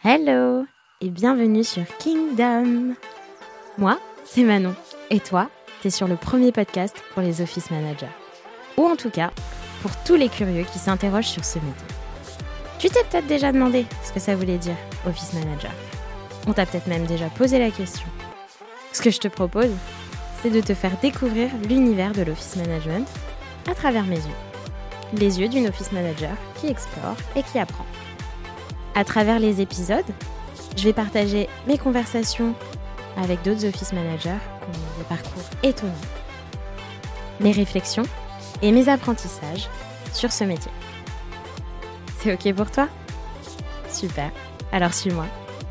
Hello et bienvenue sur Kingdom. Moi, c'est Manon. Et toi, t'es sur le premier podcast pour les office managers. Ou en tout cas, pour tous les curieux qui s'interrogent sur ce métier. Tu t'es peut-être déjà demandé ce que ça voulait dire, office manager. On t'a peut-être même déjà posé la question. Ce que je te propose, c'est de te faire découvrir l'univers de l'office management à travers mes yeux. Les yeux d'une office manager qui explore et qui apprend. À travers les épisodes, je vais partager mes conversations avec d'autres office managers qui ont des parcours étonnants, mes réflexions et mes apprentissages sur ce métier. C'est OK pour toi ? Super, alors suis-moi.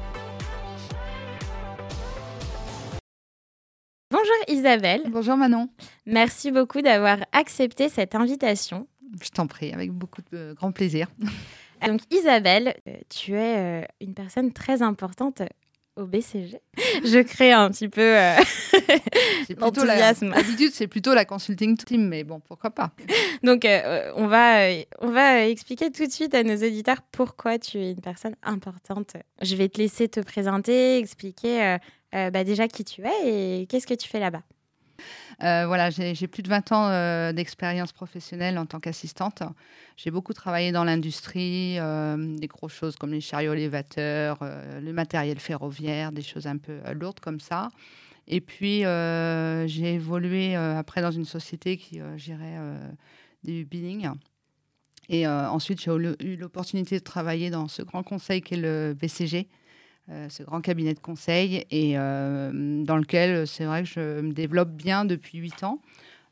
Bonjour Isabelle. Bonjour Manon. Merci beaucoup d'avoir accepté cette invitation. Je t'en prie, avec beaucoup de grand plaisir. Donc Isabelle, tu es une personne très importante au BCG. Je crée un petit peu l'enthousiasme. D'habitude, c'est plutôt la consulting team, mais bon, pourquoi pas. Donc on va expliquer tout de suite à nos auditeurs pourquoi tu es une personne importante. Je vais te laisser te présenter, expliquer déjà qui tu es et qu'est-ce que tu fais là-bas. J'ai plus de 20 ans d'expérience professionnelle en tant qu'assistante. J'ai beaucoup travaillé dans l'industrie, des grosses choses comme les chariots élévateurs, le matériel ferroviaire, des choses un peu lourdes comme ça. Et puis, j'ai évolué après dans une société qui gérait du billing. Et ensuite, j'ai eu l'opportunité de travailler dans ce grand conseil qu'est le BCG, ce grand cabinet de conseil, et dans lequel c'est vrai que je me développe bien depuis 8 ans,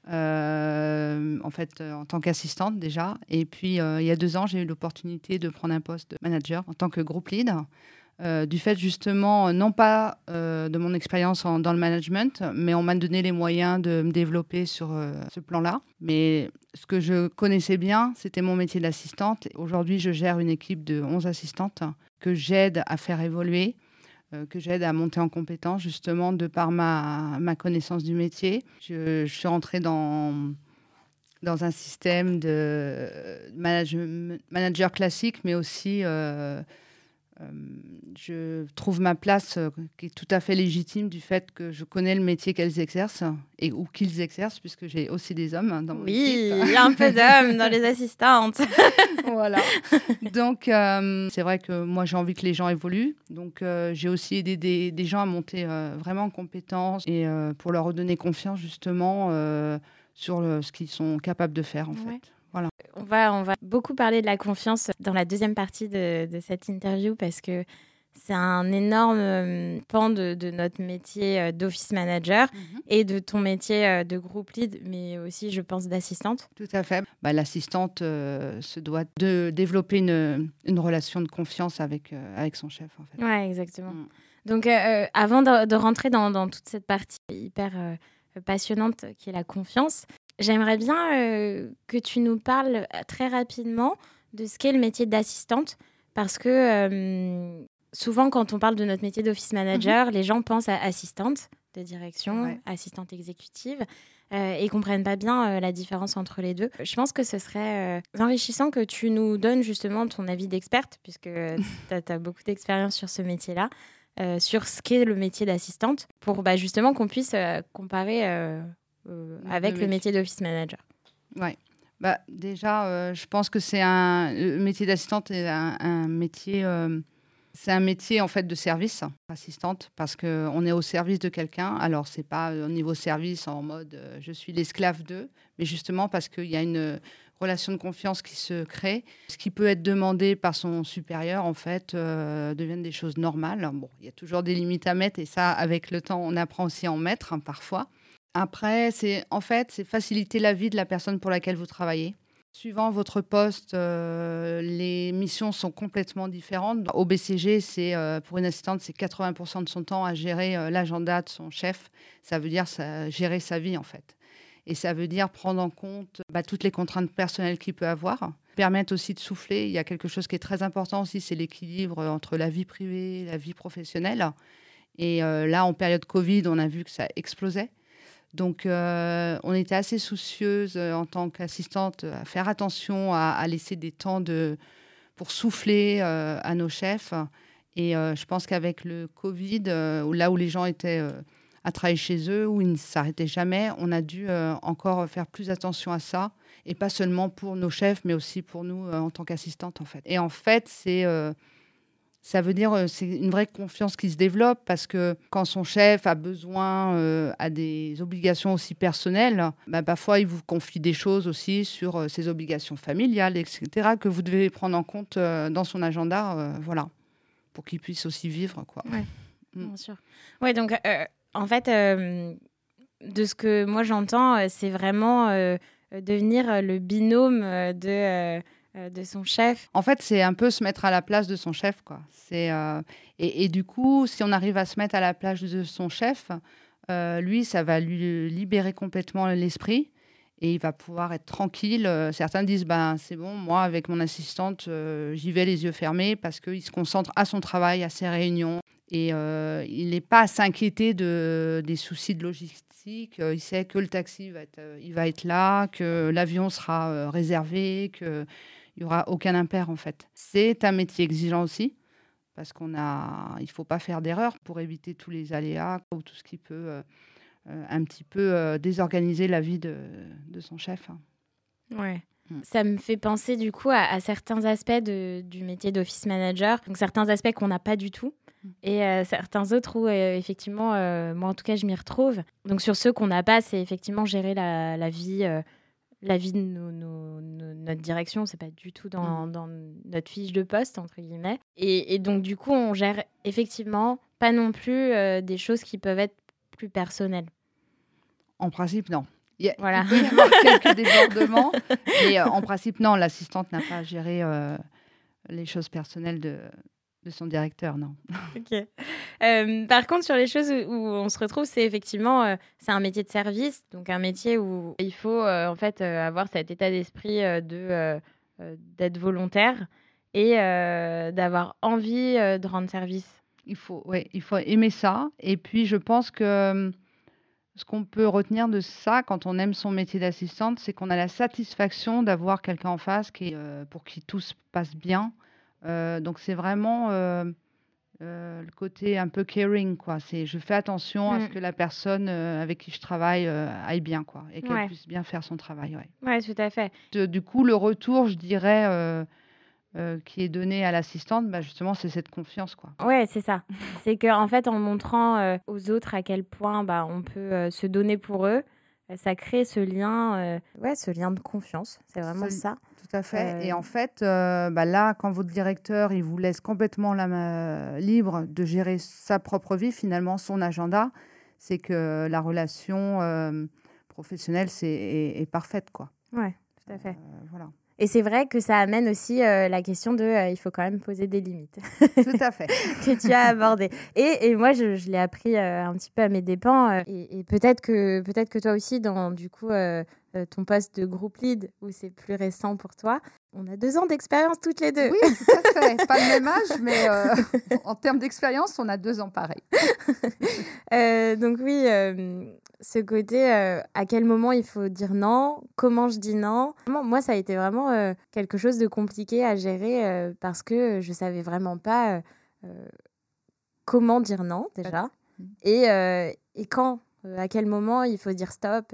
en tant qu'assistante déjà. Et puis, il y a 2 ans, j'ai eu l'opportunité de prendre un poste de manager en tant que groupe lead, du fait justement, non pas de mon expérience dans le management, mais on m'a donné les moyens de me développer sur ce plan-là. Mais ce que je connaissais bien, c'était mon métier d'assistante. Aujourd'hui, je gère une équipe de 11 assistantes que j'aide à faire évoluer, que j'aide à monter en compétence, justement, de par ma connaissance du métier. Je suis rentrée dans un système de manager classique, mais aussi je trouve ma place qui est tout à fait légitime du fait que je connais le métier qu'elles exercent ou qu'ils exercent, puisque j'ai aussi des hommes dans mon équipe. Oui, il y a un peu d'hommes dans les assistantes. Voilà. Donc, c'est vrai que moi, j'ai envie que les gens évoluent. Donc, j'ai aussi aidé des gens à monter vraiment en compétences et pour leur redonner confiance, justement, sur ce qu'ils sont capables de faire, en fait. Voilà. On va beaucoup parler de la confiance dans la deuxième partie de cette interview parce que c'est un énorme pan de notre métier d'office manager et de ton métier de groupe lead, mais aussi, je pense, d'assistante. Tout à fait. L'assistante se doit de développer une relation de confiance avec son chef, en fait. Ouais, exactement. Donc, avant de rentrer dans toute cette partie hyper passionnante qui est la confiance, j'aimerais bien que tu nous parles très rapidement de ce qu'est le métier d'assistante, parce que souvent, quand on parle de notre métier d'office manager, les gens pensent à assistante de direction, assistante exécutive, et ne comprennent pas bien la différence entre les deux. Je pense que ce serait enrichissant que tu nous donnes justement ton avis d'experte, puisque tu as beaucoup d'expérience sur ce métier-là, sur ce qu'est le métier d'assistante, pour justement qu'on puisse comparer avec le métier d'office manager. Oui. Déjà, je pense que le métier d'assistante est un métier... c'est un métier en fait de service, assistante, parce qu'on est au service de quelqu'un. Alors, ce n'est pas au niveau service en mode je suis l'esclave d'eux, mais justement parce qu'il y a une relation de confiance qui se crée. Ce qui peut être demandé par son supérieur, en fait, deviennent des choses normales. Bon, il y a toujours des limites à mettre et ça, avec le temps, on apprend aussi à en mettre parfois. Après, c'est faciliter la vie de la personne pour laquelle vous travaillez. Suivant votre poste, les missions sont complètement différentes. Au BCG, pour une assistante, c'est 80% de son temps à gérer l'agenda de son chef. Ça veut dire gérer sa vie, en fait. Et ça veut dire prendre en compte toutes les contraintes personnelles qu'il peut avoir. Permettre aussi de souffler. Il y a quelque chose qui est très important aussi, c'est l'équilibre entre la vie privée et la vie professionnelle. Et là, en période Covid, on a vu que ça explosait. Donc, on était assez soucieuse en tant qu'assistante à faire attention à laisser des temps pour souffler à nos chefs Et je pense qu'avec le Covid, là où les gens étaient à travailler chez eux, où ils ne s'arrêtaient jamais, on a dû encore faire plus attention à ça. Et pas seulement pour nos chefs, mais aussi pour nous en tant qu'assistantes, en fait. Et en fait, ça veut dire c'est une vraie confiance qui se développe parce que quand son chef a besoin, a des obligations aussi personnelles, parfois il vous confie des choses aussi sur ses obligations familiales, etc., que vous devez prendre en compte dans son agenda, voilà, pour qu'il puisse aussi vivre, quoi. Ouais, bien sûr. Ouais, donc en fait, de ce que moi j'entends, c'est vraiment devenir le binôme de son chef. En fait, c'est un peu se mettre à la place de son chef, quoi. Et du coup, si on arrive à se mettre à la place de son chef, lui, ça va lui libérer complètement l'esprit et il va pouvoir être tranquille. Certains disent, c'est bon, moi, avec mon assistante, j'y vais les yeux fermés parce qu'il se concentre à son travail, à ses réunions. Et il n'est pas à s'inquiéter des soucis de logistique. Il sait que le taxi il va être là, que l'avion sera réservé, qu'il n'y aura aucun impair, en fait. C'est un métier exigeant aussi, parce il ne faut pas faire d'erreur pour éviter tous les aléas ou tout ce qui peut un petit peu désorganiser la vie de son chef. Ouais. Ça me fait penser du coup à certains aspects du métier d'office manager, donc certains aspects qu'on n'a pas du tout et certains autres où effectivement, moi en tout cas je m'y retrouve. Donc sur ceux qu'on n'a pas, c'est effectivement gérer la vie de notre direction, c'est pas du tout dans notre fiche de poste entre guillemets. Et donc du coup on gère effectivement pas non plus des choses qui peuvent être plus personnelles. En principe, non. Il peut Voilà. y avoir quelques débordements, mais en principe, non, l'assistante n'a pas à gérer les choses personnelles de son directeur, non. Ok. Par contre, sur les choses où on se retrouve, c'est effectivement, c'est un métier de service, donc un métier où il faut en fait avoir cet état d'esprit d'être volontaire et d'avoir envie de rendre service. Il faut aimer ça. Et puis, je pense que ce qu'on peut retenir de ça, quand on aime son métier d'assistante, c'est qu'on a la satisfaction d'avoir quelqu'un en face pour qui tout se passe bien. Donc, c'est vraiment le côté un peu caring, quoi. Je fais attention à ce que la personne avec qui je travaille aille bien, quoi, et qu'elle puisse bien faire son travail. Ouais, tout à fait. Du coup, le retour, je dirais, qui est donné à l'assistante, justement, c'est cette confiance, quoi. Ouais, c'est ça. C'est qu'en fait, en montrant aux autres à quel point on peut se donner pour eux, ça crée ce lien de confiance. C'est vraiment ça. Tout à fait. Et en fait, là, quand votre directeur, il vous laisse complètement la main libre de gérer sa propre vie, finalement, son agenda, c'est que la relation professionnelle est parfaite, quoi. Ouais, tout à fait. Voilà. Et c'est vrai que ça amène aussi la question de il faut quand même poser des limites. Tout à fait. Que tu as abordé. Et moi, je l'ai appris un petit peu à mes dépens. Et peut-être que toi aussi, dans du coup ton poste de groupe lead, où c'est plus récent pour toi, on a 2 ans d'expérience toutes les deux. Oui, tout à fait. Pas le même âge, mais en termes d'expérience, on a 2 ans pareil. Donc oui, ce côté, à quel moment il faut dire non, comment je dis non. Moi, ça a été vraiment quelque chose de compliqué à gérer parce que je savais vraiment pas comment dire non déjà et quand, à quel moment il faut dire stop.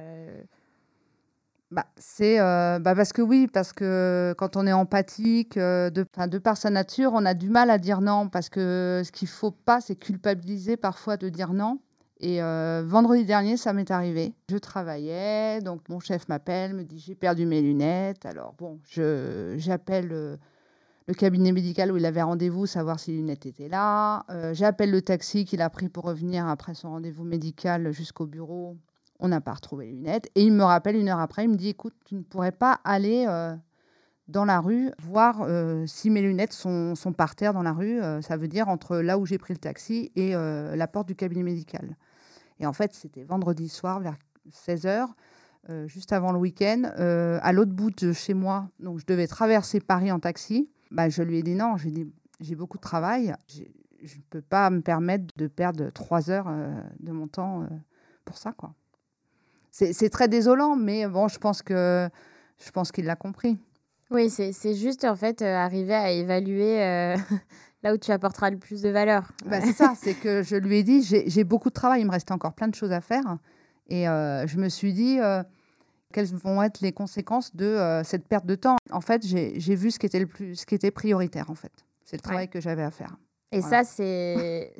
C'est parce que quand on est empathique, de par sa nature, on a du mal à dire non parce que ce qu'il faut pas, c'est culpabiliser parfois de dire non. Et vendredi dernier, ça m'est arrivé. Je travaillais, donc mon chef m'appelle, me dit j'ai perdu mes lunettes. Alors bon, j'appelle le cabinet médical où il avait rendez-vous, savoir si les lunettes étaient là. J'appelle le taxi qu'il a pris pour revenir après son rendez-vous médical jusqu'au bureau. On n'a pas retrouvé les lunettes. Et il me rappelle 1 heure après, il me dit, écoute, tu ne pourrais pas aller dans la rue voir si mes lunettes sont par terre dans la rue. Ça veut dire entre là où j'ai pris le taxi et la porte du cabinet médical. Et en fait, c'était vendredi soir vers 16h, juste avant le week-end, à l'autre bout de chez moi. Donc, je devais traverser Paris en taxi. Je lui ai dit non, j'ai beaucoup de travail. Je ne peux pas me permettre de perdre 3 heures de mon temps pour ça, quoi. C'est très désolant, mais bon, je pense qu'il l'a compris. Oui, c'est juste en fait arriver à évaluer là où tu apporteras le plus de valeur. C'est ça, c'est que je lui ai dit, j'ai beaucoup de travail, il me restait encore plein de choses à faire. Et je me suis dit, quelles vont être les conséquences de cette perte de temps. En fait, j'ai vu ce qui était prioritaire, en fait. C'est le travail que j'avais à faire. Et ça, c'est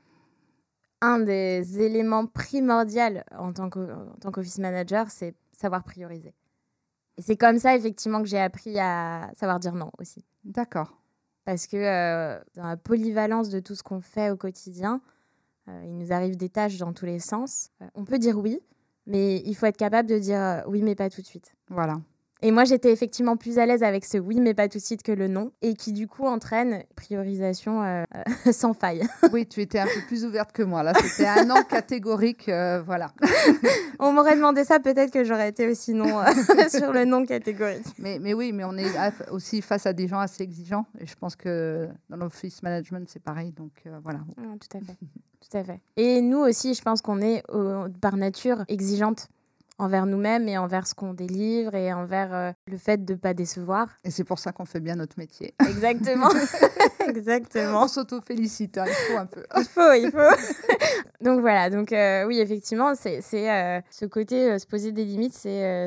un des éléments primordiaux en tant qu'office manager, c'est savoir prioriser. Et c'est comme ça, effectivement, que j'ai appris à savoir dire non aussi. D'accord. Parce que dans la polyvalence de tout ce qu'on fait au quotidien, il nous arrive des tâches dans tous les sens. On peut dire oui, mais il faut être capable de dire oui, mais pas tout de suite. Voilà. Et moi, j'étais effectivement plus à l'aise avec ce oui, mais pas tout de suite que le non, et qui du coup entraîne priorisation sans faille. Oui, tu étais un peu plus ouverte que moi. Là, c'était un non catégorique, voilà. On m'aurait demandé ça, peut-être que j'aurais été aussi non sur le non catégorique. Mais oui, mais on est aussi face à des gens assez exigeants. Et je pense que dans l'office management, c'est pareil. Donc voilà. Tout à fait. Tout à fait. Et nous aussi, je pense qu'on est par nature exigeante envers nous-mêmes et envers ce qu'on délivre et envers le fait de ne pas décevoir. Et c'est pour ça qu'on fait bien notre métier. Exactement. Exactement. On s'auto-félicite, il faut un peu. Il faut. Donc voilà, oui, effectivement, c'est ce côté, se poser des limites, c'est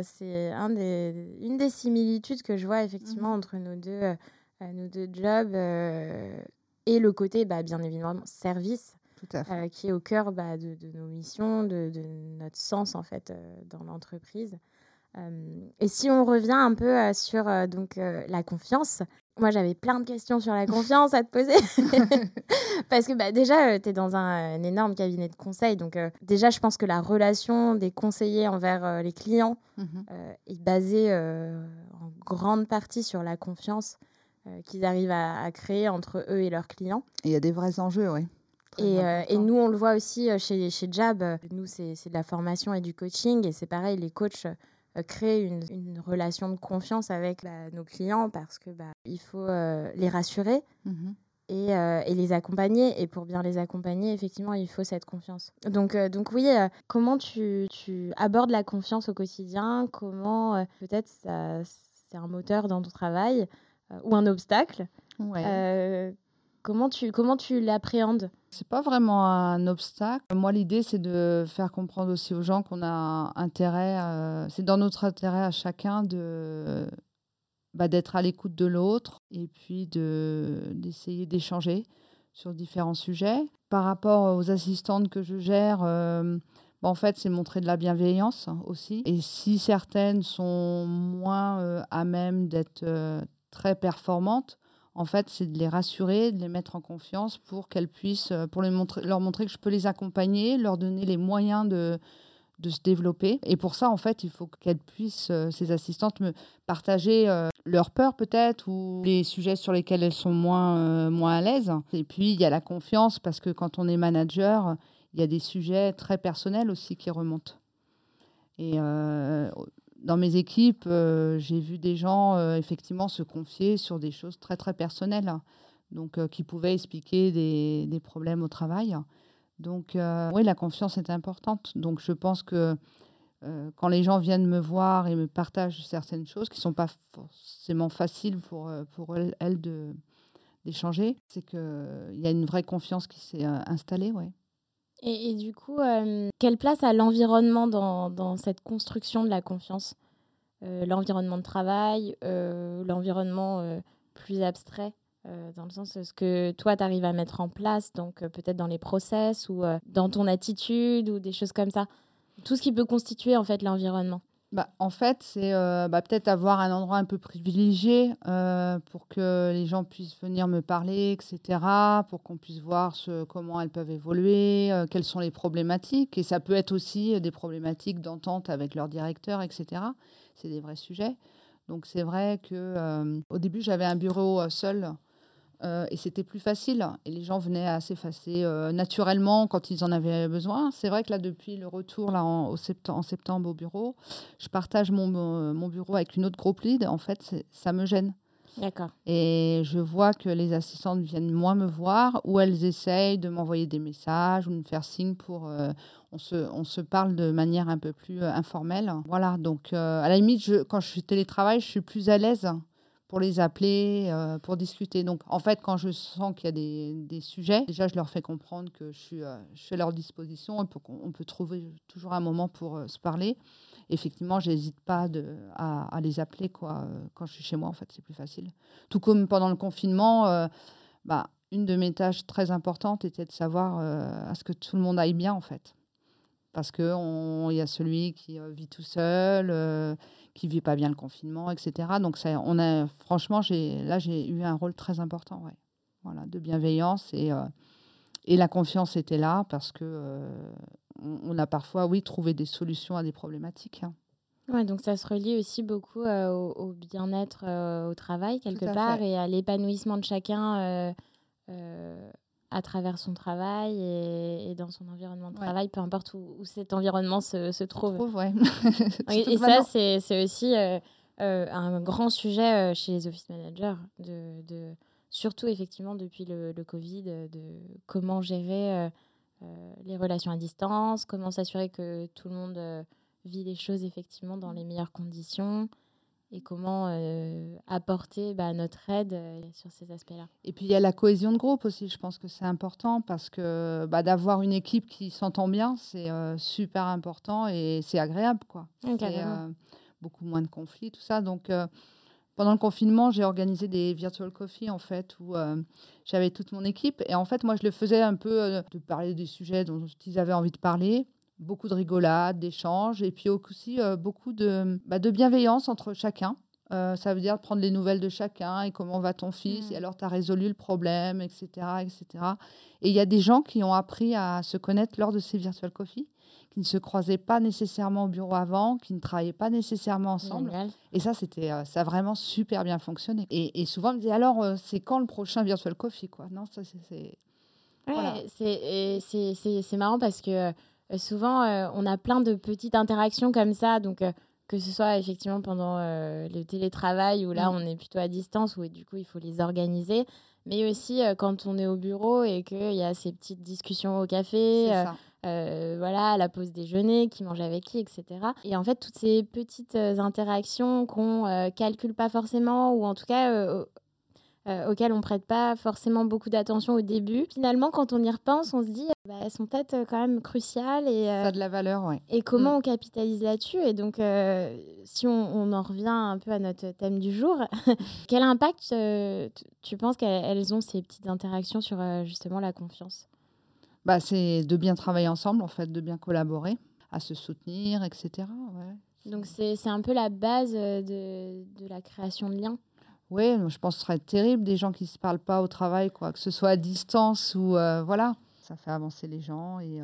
une des similitudes que je vois effectivement entre nos deux jobs et le côté, bien évidemment, service. Tout à fait. Qui est au cœur de nos missions, de notre sens en fait dans l'entreprise. Et si on revient un peu sur la confiance, moi j'avais plein de questions sur la confiance à te poser. Parce que déjà, tu es dans un énorme cabinet de conseil. Donc déjà, je pense que la relation des conseillers envers les clients est basée en grande partie sur la confiance qu'ils arrivent à créer entre eux et leurs clients. Et il y a des vrais enjeux, oui. Et nous, on le voit aussi chez Jab. Nous, c'est de la formation et du coaching. Et c'est pareil, les coachs créent une relation de confiance avec nos clients parce que il faut les rassurer et les accompagner. Et pour bien les accompagner, effectivement, il faut cette confiance. Donc oui, comment tu abordes la confiance au quotidien ? Comment, peut-être, c'est un moteur dans ton travail ou un obstacle ? Comment tu l'appréhendes ? C'est pas vraiment un obstacle. Moi, l'idée, c'est de faire comprendre aussi aux gens qu'on a intérêt, c'est dans notre intérêt à chacun d'être à l'écoute de l'autre et puis d'essayer d'échanger sur différents sujets. Par rapport aux assistantes que je gère, en fait, c'est montrer de la bienveillance aussi. Et si certaines sont moins à même d'être très performantes, en fait, c'est de les rassurer, de les mettre en confiance pour qu'elles puissent, leur montrer que je peux les accompagner, leur donner les moyens de se développer. Et pour ça, en fait, il faut qu'elles puissent, ces assistantes, me partager leurs peurs peut-être ou les sujets sur lesquels elles sont moins à l'aise. Et puis, il y a la confiance parce que quand on est manager, il y a des sujets très personnels aussi qui remontent. Et dans mes équipes, j'ai vu des gens effectivement se confier sur des choses très, très personnelles, donc qui pouvaient expliquer des problèmes au travail. Donc, oui, la confiance est importante. Donc, je pense que quand les gens viennent me voir et me partagent certaines choses qui ne sont pas forcément faciles pour elles d'échanger, c'est qu'il y a une vraie confiance qui s'est installée, ouais. Et du coup, quelle place a l'environnement dans cette construction de la confiance ? L'environnement de travail, l'environnement plus abstrait, dans le sens ce que toi, tu arrives à mettre en place, donc peut-être dans les process ou dans ton attitude ou des choses comme ça. Tout ce qui peut constituer en fait l'environnement. En fait, c'est peut-être avoir un endroit un peu privilégié pour que les gens puissent venir me parler, etc., pour qu'on puisse voir comment elles peuvent évoluer, quelles sont les problématiques. Et ça peut être aussi des problématiques d'entente avec leur directeur, etc. C'est des vrais sujets. Donc, c'est vrai qu'au début, j'avais un bureau seul et c'était plus facile. Et les gens venaient assez naturellement quand ils en avaient besoin. C'est vrai que là, depuis le retour là, en septembre au bureau, je partage mon bureau avec une autre groupe lead. En fait, ça me gêne. D'accord. Et je vois que les assistantes viennent moins me voir ou elles essayent de m'envoyer des messages ou de me faire signe pour... on se parle de manière un peu plus informelle. Voilà, donc à la limite, quand je télétravaille, je suis plus à l'aise pour les appeler, pour discuter. Donc, en fait, quand je sens qu'il y a des sujets, déjà, je leur fais comprendre que je suis à leur disposition et on peut trouver toujours un moment pour se parler. Effectivement, je n'hésite pas à les appeler quand je suis chez moi. En fait, c'est plus facile. Tout comme pendant le confinement, une de mes tâches très importantes était de savoir à ce que tout le monde aille bien, en fait. Parce qu'il y a celui qui vit tout seul, qui ne vit pas bien le confinement, etc. Donc, franchement, j'ai eu un rôle très important, ouais. Voilà, de bienveillance. Et la confiance était là parce qu'on a parfois, oui, trouvé des solutions à des problématiques. Hein. Ouais, donc ça se relie aussi beaucoup au bien-être au travail, quelque Tout à part, fait. et à l'épanouissement de chacun à travers son travail et dans son environnement de Ouais. travail, peu importe où cet environnement se trouve. Ouais. Et ça, c'est aussi un grand sujet chez les office managers, surtout effectivement depuis le Covid, de comment gérer les relations à distance, comment s'assurer que tout le monde vit les choses effectivement dans les meilleures conditions et comment apporter notre aide sur ces aspects-là. Et puis, il y a la cohésion de groupe aussi. Je pense que c'est important parce que d'avoir une équipe qui s'entend bien, c'est super important et c'est agréable, quoi. Oui, C'est carrément. beaucoup moins de conflits, tout ça. Donc, pendant le confinement, j'ai organisé des virtual coffee, en fait, où j'avais toute mon équipe. Et en fait, moi, je le faisais un peu de parler des sujets dont ils avaient envie de parler. Beaucoup de rigolade, d'échanges. Et puis aussi beaucoup de bienveillance entre chacun. Ça veut dire prendre les nouvelles de chacun et comment va ton fils et alors tu as résolu le problème, etc., etc. Et il y a des gens qui ont appris à se connaître lors de ces virtual coffee, qui ne se croisaient pas nécessairement au bureau avant, qui ne travaillaient pas nécessairement ensemble. Génial. Et ça, ça a vraiment super bien fonctionné. Et souvent, on me disait, alors, c'est quand le prochain virtual coffee, quoi? Non, ça, c'est... Ouais, Voilà. c'est marrant parce que souvent, on a plein de petites interactions comme ça. Donc, que ce soit effectivement pendant le télétravail où là, on est plutôt à distance, où du coup, il faut les organiser. Mais aussi quand on est au bureau et qu'il y a ces petites discussions au café, C'est ça. voilà, à la pause déjeuner, qui mange avec qui, etc. Et en fait, toutes ces petites interactions qu'on calcule pas forcément, ou en tout cas auxquelles on prête pas forcément beaucoup d'attention au début. Finalement, quand on y repense, on se dit elles sont peut-être quand même cruciales Ça a de la valeur, oui. et comment on capitalise là-dessus. Et donc, si on en revient un peu à notre thème du jour, quel impact tu penses qu'elles ont, ces petites interactions, sur justement la confiance ? C'est de bien travailler ensemble, en fait, de bien collaborer, à se soutenir, etc. Ouais. Donc, c'est un peu la base de la création de liens. Oui, je pense que ce serait terrible des gens qui ne se parlent pas au travail, quoi, que ce soit à distance ou voilà. Ça fait avancer les gens et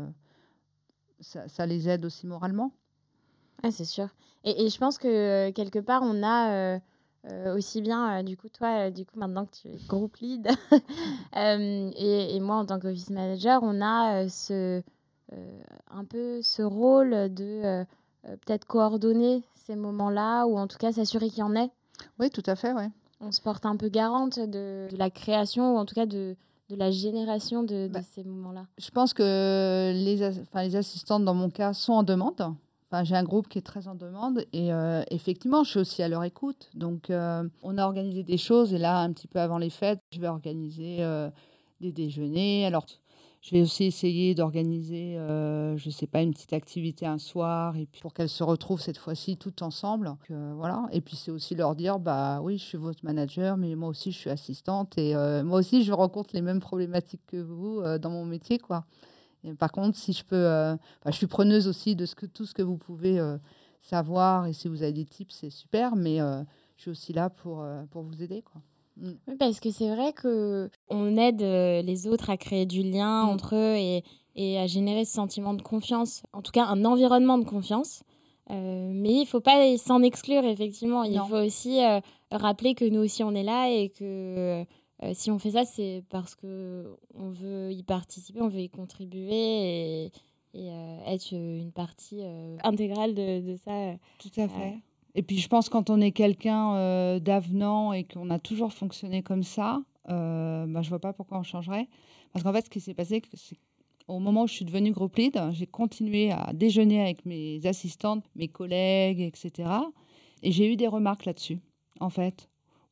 ça les aide aussi moralement. Ouais, c'est sûr. Et je pense que quelque part, on a aussi bien, du coup, toi, maintenant que tu es group lead, et moi, en tant qu'office manager, on a un peu ce rôle de peut-être coordonner ces moments-là, ou en tout cas s'assurer qu'il y en ait. Oui, tout à fait, ouais. On se porte un peu garante de la création, ou en tout cas de la génération de ces moments-là. Je pense que les assistantes, dans mon cas, sont en demande. Enfin, j'ai un groupe qui est très en demande et effectivement, je suis aussi à leur écoute. Donc, on a organisé des choses et là, un petit peu avant les fêtes, je vais organiser des déjeuners. Alors, je vais aussi essayer d'organiser, je ne sais pas, une petite activité un soir et puis pour qu'elles se retrouvent cette fois-ci toutes ensemble. Donc, voilà. Et puis, c'est aussi leur dire, oui, je suis votre manager, mais moi aussi, je suis assistante et moi aussi, je rencontre les mêmes problématiques que vous dans mon métier, quoi. Et par contre, si je peux, je suis preneuse aussi de tout ce que vous pouvez savoir et si vous avez des tips, c'est super, mais je suis aussi là pour vous aider, quoi. Oui, parce que c'est vrai qu'on aide les autres à créer du lien entre eux et à générer ce sentiment de confiance, en tout cas un environnement de confiance. Mais il ne faut pas s'en exclure, effectivement. Il faut aussi rappeler que nous aussi, on est là et que si on fait ça, c'est parce qu'on veut y participer, on veut y contribuer et être une partie intégrale de ça. Tout à fait. Et puis, je pense quand on est quelqu'un d'avenant et qu'on a toujours fonctionné comme ça, je ne vois pas pourquoi on changerait. Parce qu'en fait, ce qui s'est passé, c'est au moment où je suis devenue group lead, j'ai continué à déjeuner avec mes assistantes, mes collègues, etc. Et j'ai eu des remarques là-dessus, en fait,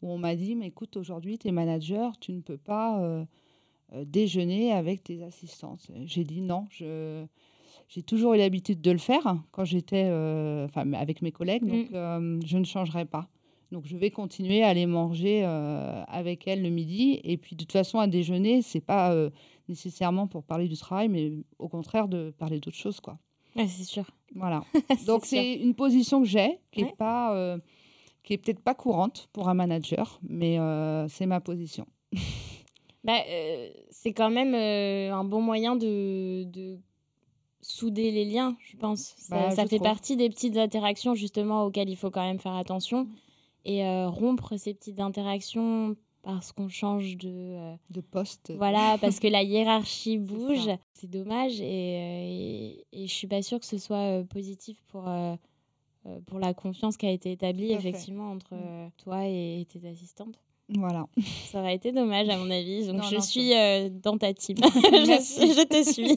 où on m'a dit, mais écoute, aujourd'hui, tu es manager, tu ne peux pas déjeuner avec tes assistantes. J'ai dit non, j'ai toujours eu l'habitude de le faire quand j'étais avec mes collègues, donc je ne changerai pas. Donc, je vais continuer à aller manger avec elles le midi. Et puis, de toute façon, à déjeuner, ce n'est pas nécessairement pour parler du travail, mais au contraire de parler d'autres choses, quoi. Ouais, c'est sûr. Voilà. C'est Donc, sûr. c'est une position que j'ai, qui Ouais. est pas, qui est peut-être pas courante pour un manager, mais c'est ma position. C'est quand même un bon moyen de souder les liens, je pense. Ça Je fait trouve. partie des petites interactions, justement, auxquelles il faut quand même faire attention. Et rompre ces petites interactions parce qu'on change de poste. Voilà, parce que la hiérarchie bouge. ça. C'est dommage. Et je suis pas sûre que ce soit positif pour la confiance qui a été établie, Tout à fait. effectivement, entre toi et tes assistantes. Voilà. Ça aurait été dommage, à mon avis. Donc, je suis dans ta team. Merci. je te suis.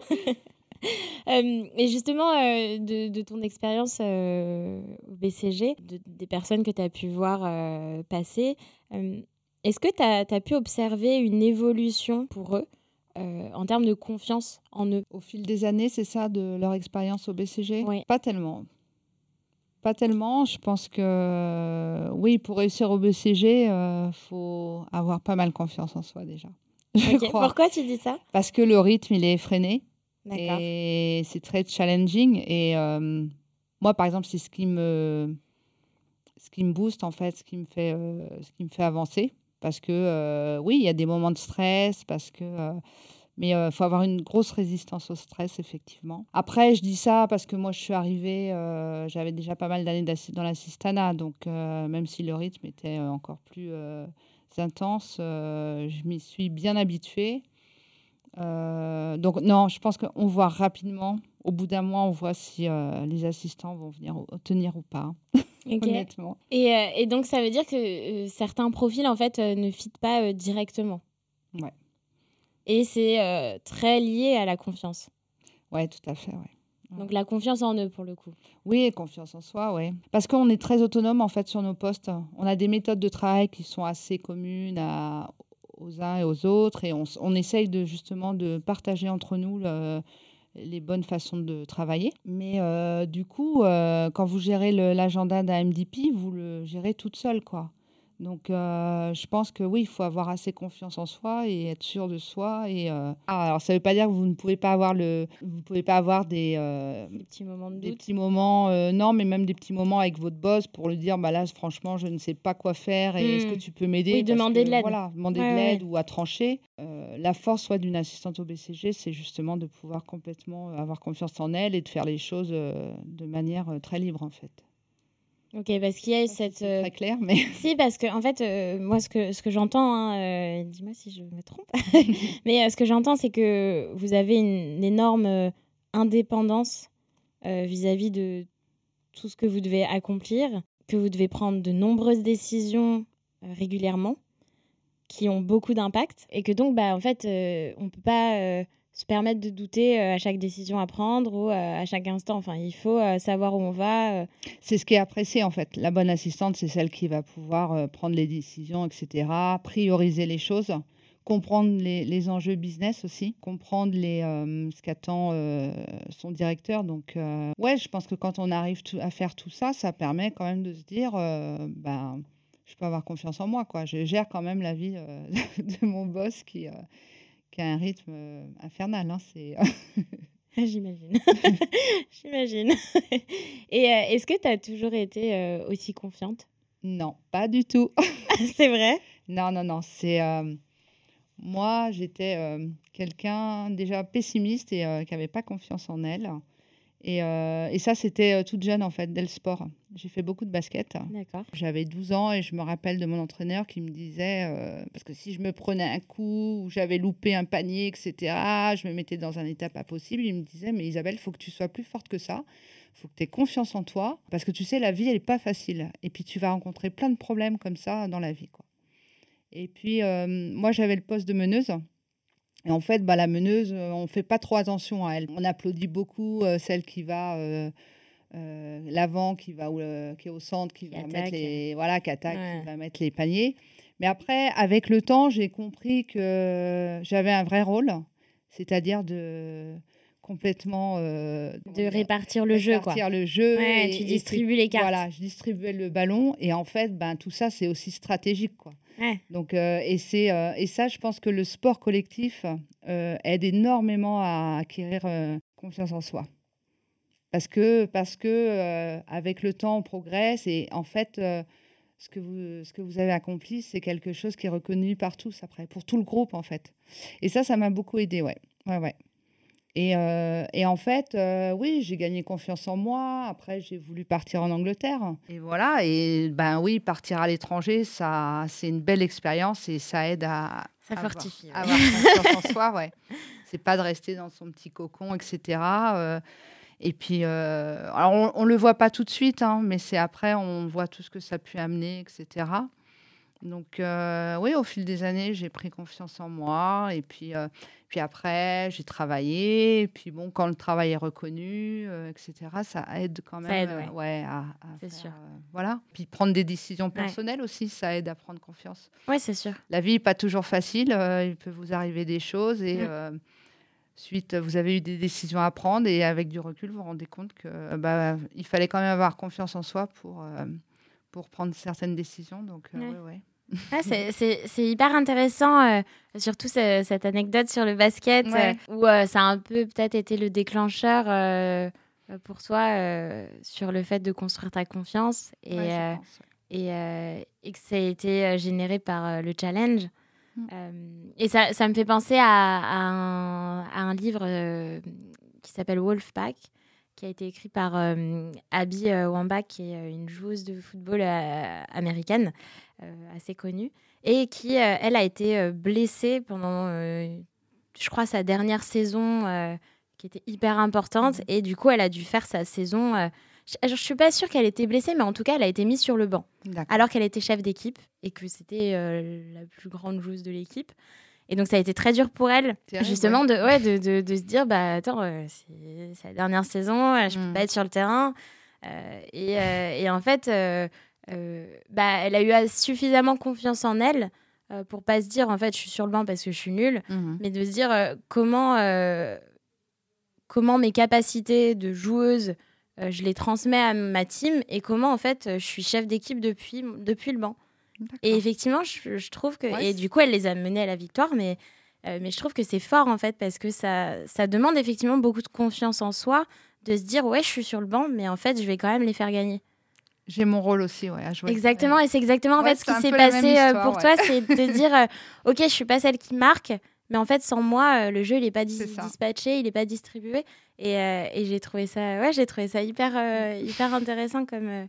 Et justement, de ton expérience au BCG, des personnes que tu as pu voir passer, est-ce que tu as pu observer une évolution pour eux en termes de confiance en eux? Au fil des années, c'est ça, de leur expérience au BCG? Oui. Pas tellement. Pas tellement. Je pense que, oui, pour réussir au BCG, faut avoir pas mal confiance en soi déjà. Je crois. Pourquoi tu dis ça? Parce que le rythme, il est effréné. D'accord. Et c'est très challenging. Et moi, par exemple, c'est ce qui me booste, en fait, ce qui me fait avancer. Parce que, oui, il y a des moments de stress, mais il faut avoir une grosse résistance au stress, effectivement. Après, je dis ça parce que moi, je suis arrivée, j'avais déjà pas mal d'années dans l'assistanat. Donc, même si le rythme était encore plus intense, je m'y suis bien habituée. Donc, non, je pense qu'on voit rapidement, au bout d'un mois, on voit si les assistants vont venir tenir ou pas, Okay. honnêtement. Et donc, ça veut dire que certains profils, en fait, ne fitent pas directement. Ouais. Et c'est très lié à la confiance. Ouais, tout à fait, ouais. Donc, la confiance en eux, pour le coup. Oui, confiance en soi, oui. Parce qu'on est très autonome, en fait, sur nos postes. On a des méthodes de travail qui sont assez communes aux uns et aux autres. Et on essaye justement de partager entre nous les bonnes façons de travailler. Mais du coup, quand vous gérez l'agenda d'un MDP, vous le gérez toute seule, quoi. Donc, je pense que oui, il faut avoir assez confiance en soi et être sûr de soi. Alors, ça ne veut pas dire que vous ne pouvez pas avoir vous pouvez pas avoir des petits moments de des doute. petits moments, non, mais même des petits moments avec votre boss pour lui dire, bah là, franchement, je ne sais pas quoi faire et est-ce que tu peux m'aider? Oui, demander de l'aide. Voilà, demander de l'aide ou à trancher. La force d'une assistante au BCG, c'est justement de pouvoir complètement avoir confiance en elle et de faire les choses de manière très libre, en fait. Ok, parce qu'il y a C'est très clair, mais... Si, parce que en fait, moi, ce que j'entends, dis-moi si je me trompe, mais ce que j'entends, c'est que vous avez une énorme indépendance vis-à-vis de tout ce que vous devez accomplir, que vous devez prendre de nombreuses décisions régulièrement, qui ont beaucoup d'impact, et que donc, en fait, on ne peut pas se permettre de douter à chaque décision à prendre ou à chaque instant. Enfin, il faut savoir où on va. C'est ce qui est apprécié, en fait. La bonne assistante, c'est celle qui va pouvoir prendre les décisions, etc., prioriser les choses, comprendre les enjeux business aussi, comprendre ce qu'attend son directeur. Donc, ouais, je pense que quand on arrive à faire tout ça, ça permet quand même de se dire, je peux avoir confiance en moi, quoi. Je gère quand même la vie de mon boss qui a un rythme infernal. Hein, J'imagine. J'imagine. Et est-ce que tu as toujours été aussi confiante? Non, pas du tout. C'est vrai? Non. Moi, j'étais quelqu'un déjà pessimiste et qui n'avait pas confiance en elle. Et ça, c'était toute jeune, en fait, dès le sport. J'ai fait beaucoup de basket. D'accord. J'avais 12 ans et je me rappelle de mon entraîneur qui me disait, parce que si je me prenais un coup ou j'avais loupé un panier, etc., je me mettais dans un état pas possible. Il me disait, mais Isabelle, il faut que tu sois plus forte que ça. Il faut que tu aies confiance en toi. Parce que tu sais, la vie, elle n'est pas facile. Et puis, tu vas rencontrer plein de problèmes comme ça dans la vie, quoi. Et puis, moi, j'avais le poste de meneuse. Et en fait, la meneuse, on ne fait pas trop attention à elle. On applaudit beaucoup celle qui va l'avant qui est au centre, qui va mettre qui attaque, qui va mettre les paniers. Mais après, avec le temps, j'ai compris que j'avais un vrai rôle, c'est-à-dire de complètement répartir le jeu, quoi. Le jeu. Ouais, tu distribues les cartes. Voilà, je distribuais le ballon et en fait, tout ça, c'est aussi stratégique, quoi. Ouais. Donc, et ça, je pense que le sport collectif aide énormément à acquérir confiance en soi. Parce que avec le temps, on progresse et en fait, ce que vous avez accompli, c'est quelque chose qui est reconnu par tous après, pour tout le groupe en fait. Et ça m'a beaucoup aidée, ouais. Et en fait, oui, j'ai gagné confiance en moi. Après, j'ai voulu partir en Angleterre. Et voilà, et oui, partir à l'étranger, ça, c'est une belle expérience et ça aide à fortifie, avoir confiance en soi, ouais. C'est pas de rester dans son petit cocon, etc. Et puis, alors on le voit pas tout de suite, hein, mais c'est après, on voit tout ce que ça a pu amener, etc. Donc, oui, au fil des années, j'ai pris confiance en moi. Et puis après, j'ai travaillé. Et puis, bon, quand le travail est reconnu, etc., ça aide quand même. Ça aide, à c'est faire, sûr. voilà. Puis prendre des décisions personnelles aussi, ça aide à prendre confiance. Oui, c'est sûr. La vie n'est pas toujours facile. Il peut vous arriver des choses. Et suite, vous avez eu des décisions à prendre. Et avec du recul, vous vous rendez compte qu'il fallait quand même avoir confiance en soi pour prendre certaines décisions. Donc, ouais. Ah, c'est hyper intéressant, surtout cette anecdote sur le basket, où ça a un peu peut-être été le déclencheur pour toi sur le fait de construire ta confiance et que ça a été généré par le challenge. Et ça me fait penser à un livre qui s'appelle Wolfpack, qui a été écrit par Abby Wambach, qui est une joueuse de football américaine, assez connue, et qui, elle, a été blessée pendant, je crois, sa dernière saison, qui était hyper importante, et du coup, elle a dû faire sa saison... je suis pas sûre qu'elle était blessée, mais en tout cas, elle a été mise sur le banc, alors qu'elle était chef d'équipe, et que c'était la plus grande joueuse de l'équipe. Et donc, ça a été très dur pour elle, justement, de se dire, attends, c'est la dernière saison, je peux pas être sur le terrain. Et en fait, elle a eu suffisamment confiance en elle pour pas se dire, en fait, je suis sur le banc parce que je suis nulle, mais de se dire comment mes capacités de joueuse, je les transmets à ma team et comment, en fait, je suis chef d'équipe depuis le banc. D'accord. Et effectivement, je trouve que... Et du coup, elle les a menés à la victoire, mais je trouve que c'est fort, en fait, parce que ça demande effectivement beaucoup de confiance en soi, de se dire, ouais, je suis sur le banc, mais en fait, je vais quand même les faire gagner. J'ai mon rôle aussi, à jouer. Exactement, et c'est exactement en fait, ce qui s'est passé pour toi, c'est de te dire, ok, je suis pas celle qui marque, mais en fait, sans moi, le jeu, il n'est pas dispatché, il n'est pas distribué. Et j'ai trouvé ça hyper intéressant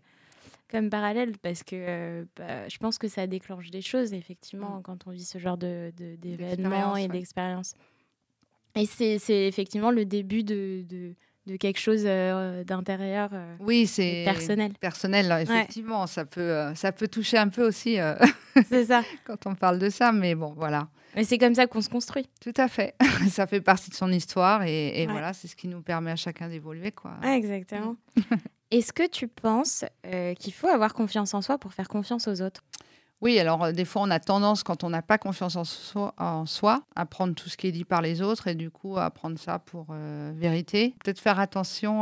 comme parallèle, parce que je pense que ça déclenche des choses, effectivement, quand on vit ce genre d'événements et d'expériences. Et c'est effectivement le début de quelque chose d'intérieur, c'est personnel. Personnel, effectivement, ça peut toucher un peu aussi c'est ça. quand on parle de ça, mais bon, voilà. Mais c'est comme ça qu'on se construit. Tout à fait. Ça fait partie de son histoire et voilà, c'est ce qui nous permet à chacun d'évoluer, quoi. Exactement. Est-ce que tu penses qu'il faut avoir confiance en soi pour faire confiance aux autres ? Oui, alors des fois, on a tendance, quand on n'a pas confiance en soi, à prendre tout ce qui est dit par les autres et du coup, à prendre ça pour vérité. Peut-être faire attention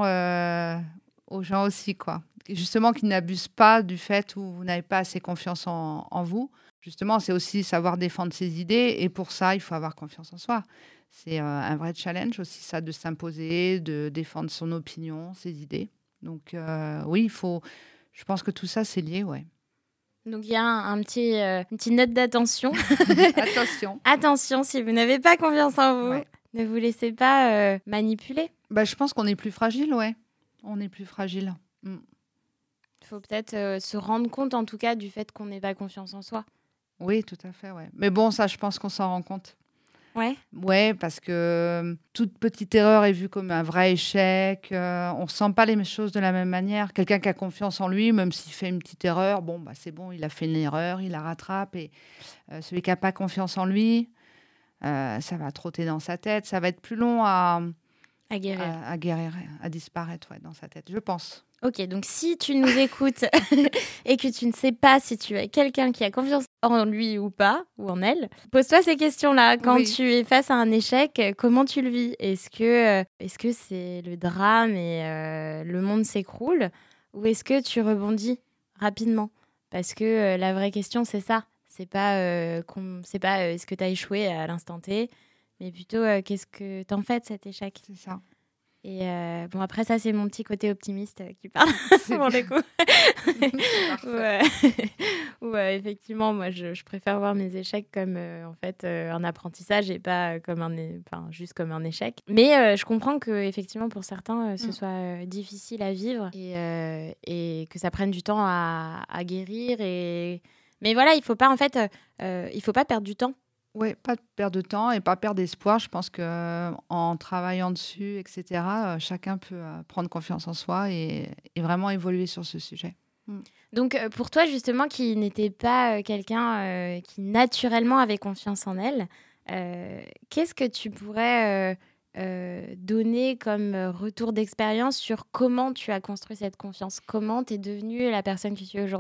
aux gens aussi, quoi. Justement, qu'ils n'abusent pas du fait où vous n'avez pas assez confiance en vous. Justement, c'est aussi savoir défendre ses idées et pour ça, il faut avoir confiance en soi. C'est un vrai challenge aussi, ça, de s'imposer, de défendre son opinion, ses idées. Donc, oui, je pense que tout ça, c'est lié, ouais. Donc, il y a une petite note d'attention. Attention. Attention, si vous n'avez pas confiance en vous, ne vous laissez pas manipuler. Je pense qu'on est plus fragile, ouais. On est plus fragile. Il faut peut-être se rendre compte, en tout cas, du fait qu'on n'ait pas confiance en soi. Oui, tout à fait, ouais. Mais bon, ça, je pense qu'on s'en rend compte. Ouais, parce que toute petite erreur est vue comme un vrai échec. On ne ressent pas les choses de la même manière. Quelqu'un qui a confiance en lui, même s'il fait une petite erreur, c'est bon, il a fait une erreur, il la rattrape. Et celui qui n'a pas confiance en lui, ça va trotter dans sa tête. Ça va être plus long à guérir, à disparaître dans sa tête, je pense. Ok, donc si tu nous écoutes et que tu ne sais pas si tu as quelqu'un qui a confiance en lui ou pas, ou en elle, pose-toi ces questions-là. Quand Oui. tu es face à un échec, comment tu le vis ? Est-ce que c'est le drame et le monde s'écroule ? Ou est-ce que tu rebondis rapidement ? Parce que la vraie question, c'est ça. C'est pas, est-ce que tu as échoué à l'instant T, mais plutôt qu'est-ce que t'en fais de cet échec ? C'est ça. Et bon, après, ça, c'est mon petit côté optimiste qui parle C'est pour le coup. parfait. Ouais, effectivement, moi, je préfère voir mes échecs comme en fait un apprentissage et pas comme juste comme un échec. Mais je comprends que effectivement, pour certains, ce soit difficile à vivre et que ça prenne du temps à guérir. Mais voilà, il faut pas en fait, il faut pas perdre du temps. Oui, pas perdre de temps et pas perdre d'espoir. Je pense qu'en travaillant dessus, etc., chacun peut prendre confiance en soi et vraiment évoluer sur ce sujet. Donc, pour toi, justement, qui n'était pas quelqu'un qui naturellement avait confiance en elle, qu'est-ce que tu pourrais donner comme retour d'expérience sur comment tu as construit cette confiance ? Comment tu es devenue la personne que tu es aujourd'hui ?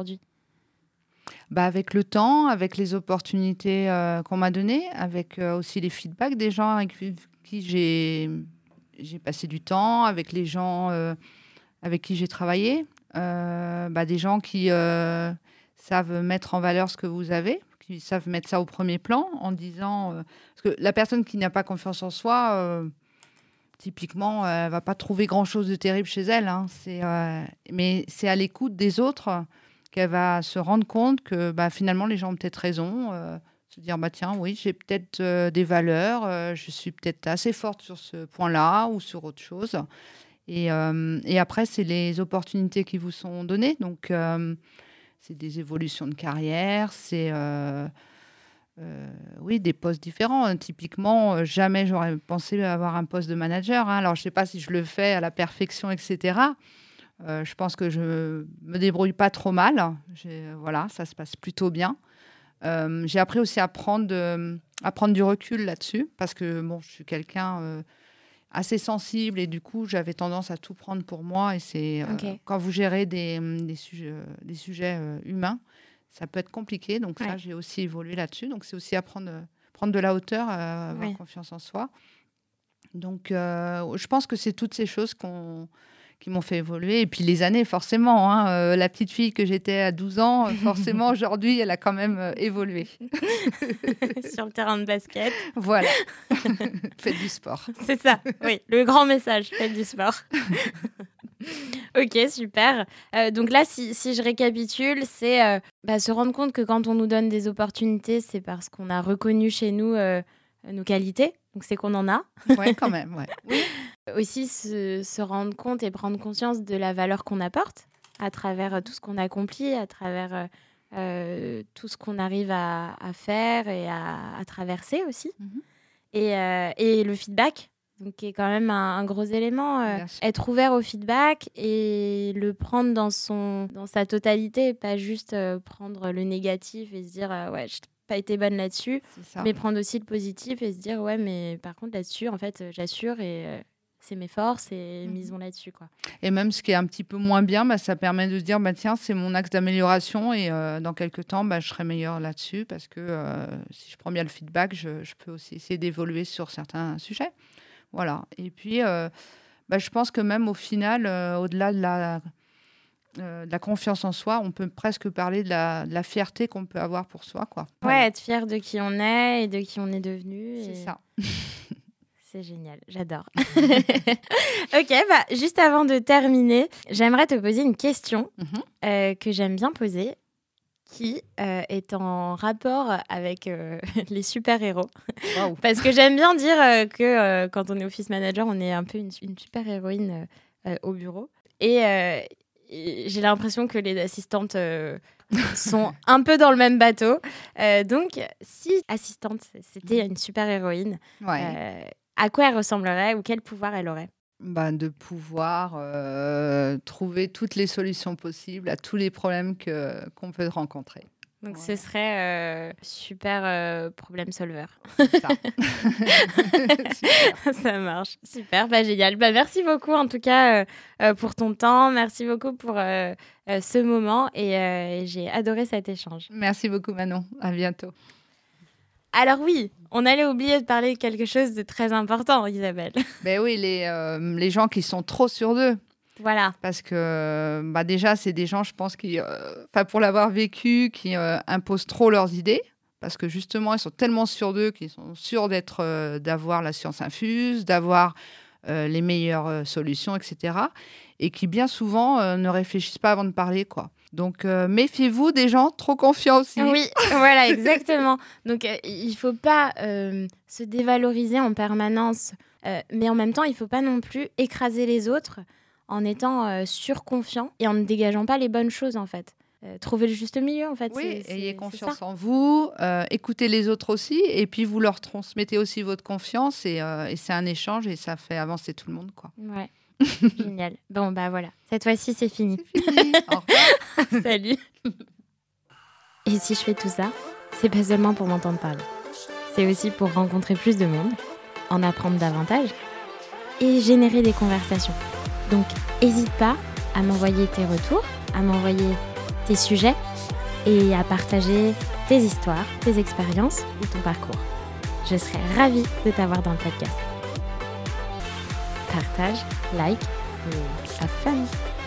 Avec le temps, avec les opportunités qu'on m'a données, avec aussi les feedbacks des gens avec qui j'ai passé du temps, avec les gens avec qui j'ai travaillé, des gens qui savent mettre en valeur ce que vous avez, qui savent mettre ça au premier plan en disant... parce que la personne qui n'a pas confiance en soi, typiquement, elle ne va pas trouver grand-chose de terrible chez elle. Hein. Mais c'est à l'écoute des autres qu'elle va se rendre compte que finalement, les gens ont peut-être raison. Se dire, tiens, oui, j'ai peut-être des valeurs, je suis peut-être assez forte sur ce point-là ou sur autre chose. Et après, c'est les opportunités qui vous sont données. Donc, c'est des évolutions de carrière, c'est oui, des postes différents. Typiquement, jamais j'aurais pensé avoir un poste de manager. Hein. Alors, je ne sais pas si je le fais à la perfection, etc. Je pense que je me débrouille pas trop mal. Voilà, ça se passe plutôt bien. J'ai appris aussi à prendre du recul là-dessus parce que je suis quelqu'un assez sensible et du coup, j'avais tendance à tout prendre pour moi. Et c'est quand vous gérez des sujets humains, ça peut être compliqué. Donc ça, j'ai aussi évolué là-dessus. Donc c'est aussi prendre de la hauteur, avoir confiance en soi. Donc je pense que c'est toutes ces choses qui m'ont fait évoluer. Et puis les années, forcément. Hein, la petite fille que j'étais à 12 ans, forcément, aujourd'hui, elle a quand même évolué. Sur le terrain de basket. Voilà. Faites du sport. C'est ça, oui. Le grand message, faites du sport. Ok, super. Donc là, si je récapitule, c'est se rendre compte que quand on nous donne des opportunités, c'est parce qu'on a reconnu chez nous nos qualités. Donc c'est qu'on en a. Oui, quand même, ouais. Oui. Aussi se rendre compte et prendre conscience de la valeur qu'on apporte à travers tout ce qu'on accomplit, à travers tout ce qu'on arrive à faire et à traverser aussi. Et le feedback, donc, qui est quand même un gros élément. Être ouvert au feedback et le prendre dans sa totalité, pas juste prendre le négatif et se dire ouais, je n'ai pas été bonne là-dessus, mais prendre aussi le positif et se dire ouais, mais par contre là-dessus, en fait, j'assure et c'est mes forces et misons là-dessus, quoi. Et même ce qui est un petit peu moins bien, ça permet de se dire tiens, c'est mon axe d'amélioration et dans quelques temps, je serai meilleure là-dessus parce que si je prends bien le feedback, je peux aussi essayer d'évoluer sur certains sujets. Voilà. Et puis, je pense que même au final, au-delà de la confiance en soi, on peut presque parler de la fierté qu'on peut avoir pour soi, quoi. Ouais, être fier de qui on est et de qui on est devenu. C'est ça. C'est génial, j'adore. Ok, juste avant de terminer, j'aimerais te poser une question que j'aime bien poser, qui est en rapport avec les super-héros. Wow. Parce que j'aime bien dire que quand on est office manager, on est un peu une super-héroïne au bureau. Et j'ai l'impression que les assistantes sont un peu dans le même bateau. Donc, si assistante, c'était une super-héroïne, à quoi elle ressemblerait ou quel pouvoir elle aurait ? De pouvoir trouver toutes les solutions possibles à tous les problèmes qu'on peut rencontrer. Donc, ce serait super problem solver. C'est ça. Super. Ça marche. Super, génial. Merci beaucoup en tout cas pour ton temps. Merci beaucoup pour ce moment et j'ai adoré cet échange. Merci beaucoup Manon. À bientôt. Alors oui, on allait oublier de parler de quelque chose de très important, Isabelle. Ben oui, les gens qui sont trop sûrs d'eux. Voilà. Parce que déjà, c'est des gens, je pense, qui, pour l'avoir vécu, qui imposent trop leurs idées. Parce que justement, ils sont tellement sûrs d'eux qu'ils sont sûrs d'avoir la science infuse, d'avoir les meilleures solutions, etc. Et qui, bien souvent, ne réfléchissent pas avant de parler, quoi. Donc, méfiez-vous des gens trop confiants aussi. Oui, voilà, exactement. Donc, il ne faut pas se dévaloriser en permanence. Mais en même temps, il ne faut pas non plus écraser les autres en étant surconfiant et en ne dégageant pas les bonnes choses, en fait. Trouver le juste milieu, en fait. Oui, ayez confiance en vous, écoutez les autres aussi, et puis vous leur transmettez aussi votre confiance, et c'est un échange, et ça fait avancer tout le monde, quoi. Ouais. Génial. Bon, voilà. Cette fois-ci, c'est fini. C'est fini. Au revoir. Salut. Et si je fais tout ça, c'est pas seulement pour m'entendre parler. C'est aussi pour rencontrer plus de monde, en apprendre davantage et générer des conversations. Donc, n'hésite pas à m'envoyer tes retours, à m'envoyer tes sujets et à partager tes histoires, tes expériences ou ton parcours. Je serais ravie de t'avoir dans le podcast. Partage, like et have fun.